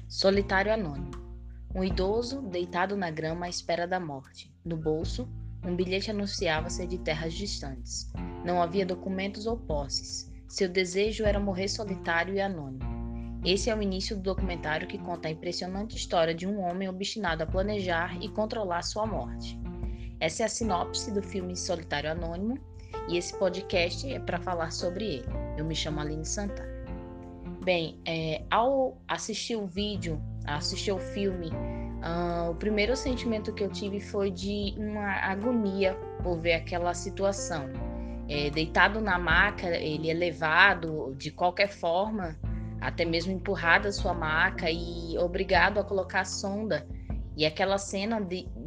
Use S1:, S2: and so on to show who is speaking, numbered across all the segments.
S1: Solitário anônimo. Um idoso deitado na grama à espera da morte. No bolso, um bilhete anunciava ser de terras distantes. Não havia documentos ou posses. Seu desejo era morrer solitário e anônimo. Esse é o início do documentário que conta a impressionante história de um homem obstinado a planejar e controlar sua morte. Essa é a sinopse do filme Solitário Anônimo e esse podcast é para falar sobre ele. Eu me chamo Aline Santana. Bem, ao assistir o filme, o primeiro sentimento que eu tive foi de uma agonia por ver aquela situação. Deitado na maca, ele é levado de qualquer forma, até mesmo empurrado a sua maca e obrigado a colocar a sonda. E aquela cena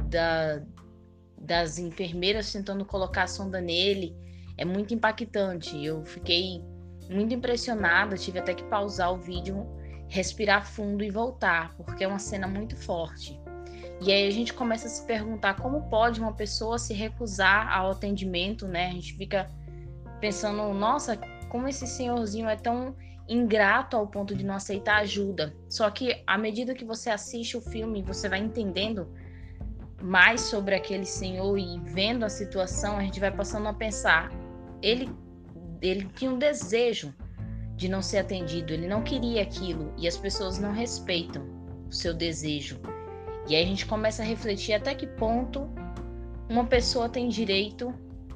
S1: das enfermeiras tentando colocar a sonda nele é muito impactante. Eu fiquei muito impressionada, tive até que pausar o vídeo, respirar fundo e voltar, porque é uma cena muito forte. E aí a gente começa a se perguntar como pode uma pessoa se recusar ao atendimento, né? A gente fica pensando, nossa, como esse senhorzinho é tão ingrato ao ponto de não aceitar ajuda. Só que à medida que você assiste o filme, você vai entendendo mais sobre aquele senhor e vendo a situação, a gente vai passando a pensar, ele tinha um desejo de não ser atendido, ele não queria aquilo e as pessoas não respeitam o seu desejo. E aí a gente começa a refletir até que ponto uma pessoa tem direito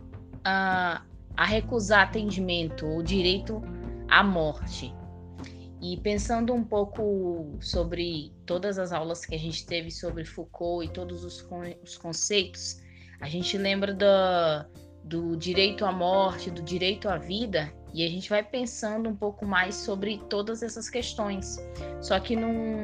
S1: a recusar atendimento, o direito à morte. E pensando um pouco sobre todas as aulas que a gente teve sobre Foucault e todos os conceitos, a gente lembra do direito à morte, do direito à vida, e a gente vai pensando um pouco mais sobre todas essas questões, só que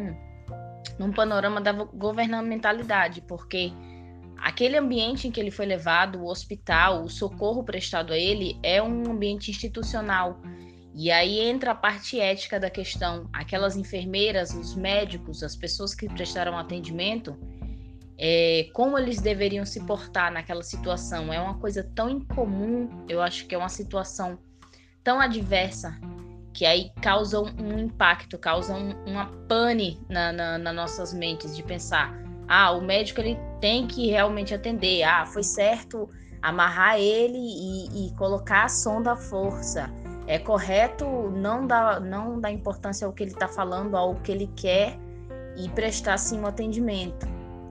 S1: num panorama da governamentalidade, porque aquele ambiente em que ele foi levado, o hospital, o socorro prestado a ele, é um ambiente institucional. E aí entra a parte ética da questão. Aquelas enfermeiras, os médicos, as pessoas que prestaram atendimento, como eles deveriam se portar naquela situação. É uma coisa tão incomum, eu acho que é uma situação tão adversa, que aí causa um impacto, causa uma pane nas nossas mentes, de pensar, o médico ele tem que realmente atender, foi certo amarrar ele e colocar a sonda à força. É correto não dar importância ao que ele está falando, ao que ele quer e prestar sim um atendimento.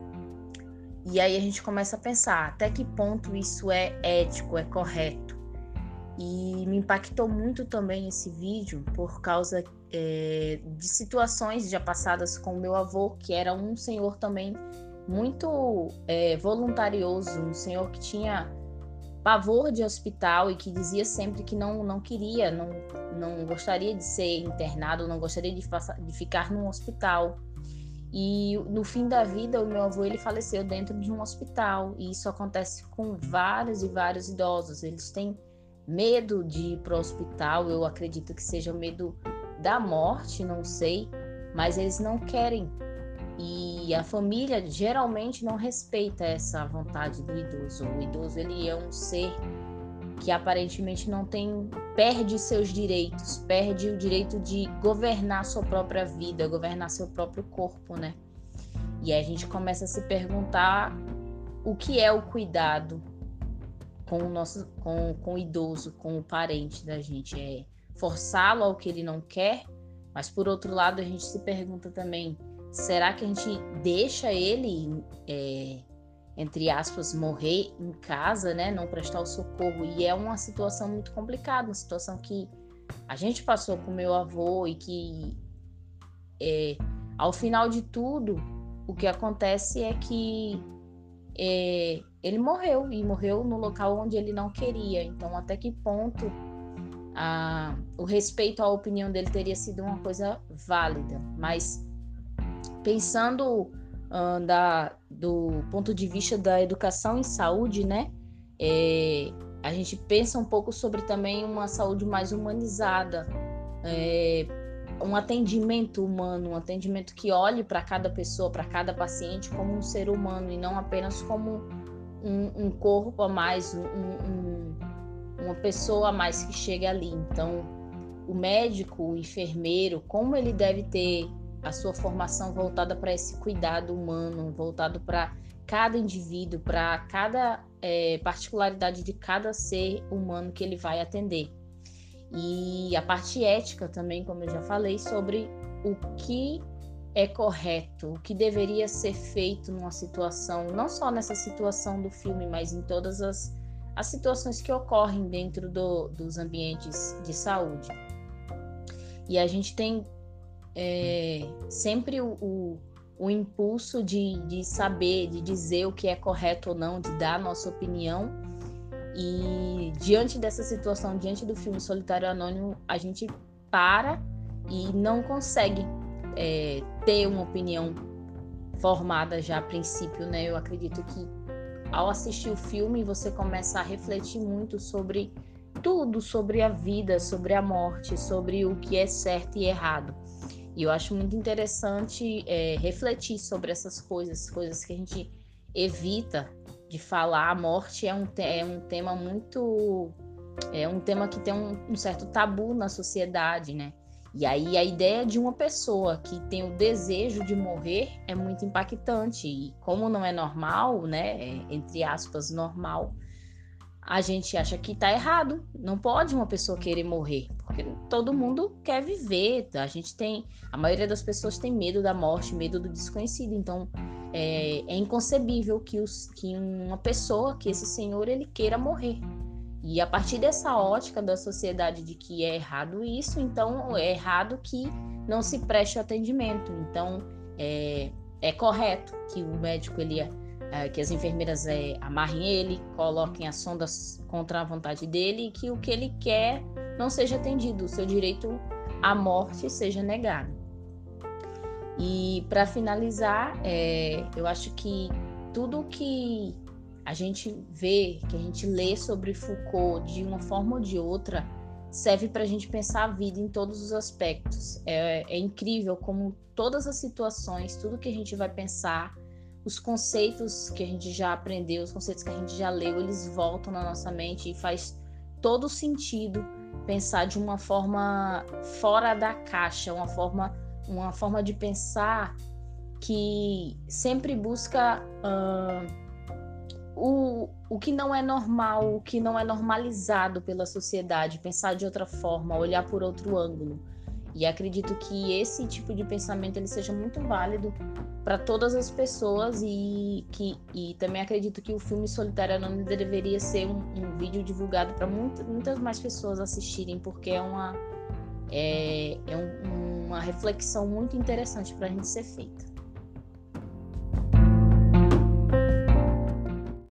S1: E aí a gente começa a pensar até que ponto isso é ético, é correto. E me impactou muito também esse vídeo por causa de situações já passadas com o meu avô, que era um senhor também muito voluntarioso, um senhor que tinha pavor de hospital e que dizia sempre que não queria, não gostaria de ser internado, não gostaria de ficar num hospital. E no fim da vida, o meu avô ele faleceu dentro de um hospital, e isso acontece com vários e vários idosos. Eles têm medo de ir para o hospital, eu acredito que seja medo da morte, não sei, mas eles não querem. E a família geralmente não respeita essa vontade do idoso. O idoso ele é um ser que aparentemente perde seus direitos, perde o direito de governar sua própria vida, governar seu próprio corpo, né? E aí a gente começa a se perguntar o que é o cuidado com o idoso, com o parente da gente. É forçá-lo ao que ele não quer, mas por outro lado a gente se pergunta também, será que a gente deixa ele, entre aspas, morrer em casa, né? Não prestar o socorro? E é uma situação muito complicada, uma situação que a gente passou com meu avô e que, ao final de tudo, o que acontece é que ele morreu, e morreu no local onde ele não queria. Então, até que ponto o respeito à opinião dele teria sido uma coisa válida? Mas pensando do ponto de vista da educação em saúde, né? A gente pensa um pouco sobre também uma saúde mais humanizada, um atendimento humano, um atendimento que olhe para cada pessoa, para cada paciente como um ser humano e não apenas como um corpo a mais, uma pessoa a mais que chega ali. Então, o médico, o enfermeiro, como ele deve ter a sua formação voltada para esse cuidado humano, voltado para cada indivíduo, para cada particularidade de cada ser humano que ele vai atender. E a parte ética também, como eu já falei, sobre o que é correto, o que deveria ser feito numa situação, não só nessa situação do filme, mas em todas as situações que ocorrem dentro dos ambientes de saúde. E a gente tem sempre o impulso de saber, de dizer o que é correto ou não, de dar a nossa opinião. E diante dessa situação, diante do filme Solitário Anônimo, a gente para e não consegue ter uma opinião formada já a princípio, né? Eu acredito que ao assistir o filme você começa a refletir muito sobre tudo, sobre a vida, sobre a morte, sobre o que é certo e errado. E eu acho muito interessante refletir sobre essas coisas que a gente evita de falar. A morte é um tema muito... É um tema que tem um certo tabu na sociedade, né? E aí a ideia de uma pessoa que tem o desejo de morrer é muito impactante. E como não é normal, né? Entre aspas, normal, a gente acha que tá errado. Não pode uma pessoa querer morrer, porque todo mundo quer viver. A maioria das pessoas tem medo da morte, medo do desconhecido. Então é inconcebível que uma pessoa, que esse senhor, ele queira morrer. E a partir dessa ótica da sociedade de que é errado isso, então é errado que não se preste atendimento. Então é correto que o médico, que as enfermeiras amarrem ele, coloquem as sondas contra a vontade dele e que o que ele quer não seja atendido, o seu direito à morte seja negado. E para finalizar, eu acho que tudo que a gente vê, que a gente lê sobre Foucault de uma forma ou de outra, serve para a gente pensar a vida em todos os aspectos. É incrível como todas as situações, tudo que a gente vai pensar, os conceitos que a gente já aprendeu, os conceitos que a gente já leu, eles voltam na nossa mente e faz todo sentido pensar de uma forma fora da caixa, uma forma de pensar que sempre busca o que não é normal, o que não é normalizado pela sociedade, pensar de outra forma, olhar por outro ângulo. E acredito que esse tipo de pensamento ele seja muito válido para todas as pessoas e também acredito que o filme Solitário Anônimo deveria ser um vídeo divulgado para muitas mais pessoas assistirem, porque é uma reflexão muito interessante para a gente ser feita.